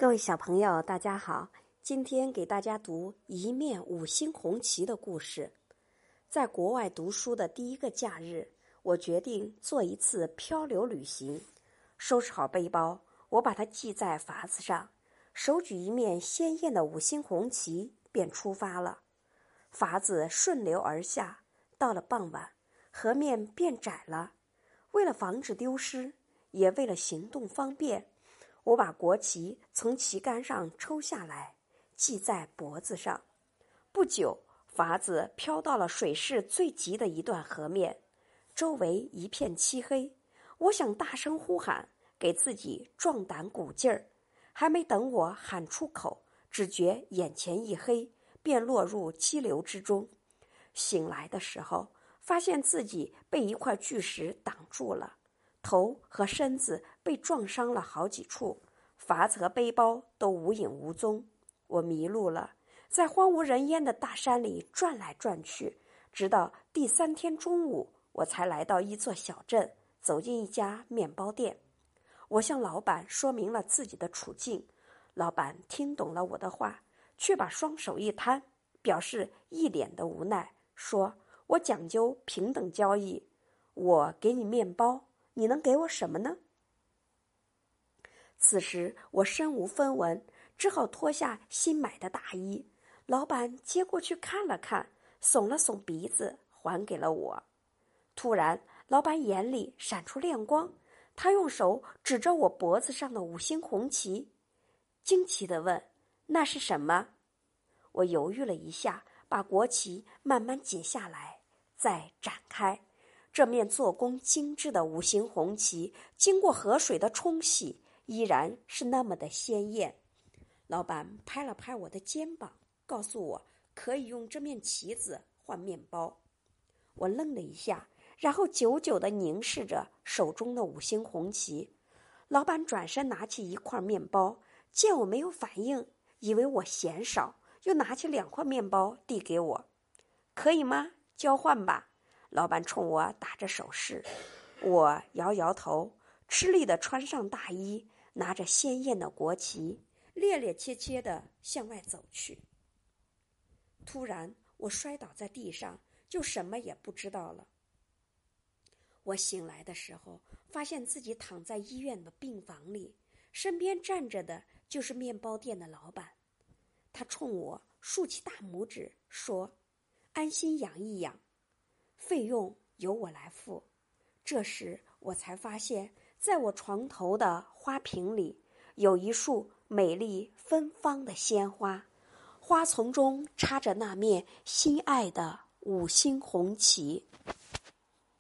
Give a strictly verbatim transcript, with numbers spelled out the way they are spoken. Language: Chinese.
各位小朋友，大家好！今天给大家读一面五星红旗的故事。在国外读书的第一个假日，我决定做一次漂流旅行。收拾好背包，我把它系在筏子上，手举一面鲜艳的五星红旗，便出发了。筏子顺流而下，到了傍晚，河面变窄了。为了防止丢失，也为了行动方便，我把国旗从旗杆上抽下来，系在脖子上。不久，筏子飘到了水势最急的一段河面，周围一片漆黑。我想大声呼喊，给自己壮胆鼓劲儿。还没等我喊出口，只觉眼前一黑，便落入激流之中。醒来的时候，发现自己被一块巨石挡住了，头和身子被撞伤了好几处，筏子和背包都无影无踪。我迷路了，在荒无人烟的大山里转来转去，直到第三天中午，我才来到一座小镇，走进一家面包店。我向老板说明了自己的处境，老板听懂了我的话，却把双手一摊，表示一脸的无奈，说我讲究平等交易，我给你面包，你能给我什么呢？此时我身无分文，只好脱下新买的大衣。老板接过去看了看，耸了耸鼻子，还给了我。突然，老板眼里闪出亮光，他用手指着我脖子上的五星红旗，惊奇地问：“那是什么？”我犹豫了一下，把国旗慢慢解下来，再展开。这面做工精致的五星红旗，经过河水的冲洗，依然是那么的鲜艳。老板拍了拍我的肩膀，告诉我可以用这面旗子换面包。我愣了一下，然后久久地凝视着手中的五星红旗。老板转身拿起一块面包，见我没有反应，以为我嫌少，又拿起两块面包递给我。可以吗？交换吧。老板冲我打着手势，我摇摇头，吃力地穿上大衣，拿着鲜艳的国旗，趔趔趄趄地向外走去。突然，我摔倒在地上，就什么也不知道了。我醒来的时候，发现自己躺在医院的病房里，身边站着的就是面包店的老板。他冲我竖起大拇指，说：“安心养一养，费用由我来付。”这时我才发现，在我床头的花瓶里有一束美丽芬芳的鲜花，花丛中插着那面心爱的五星红旗。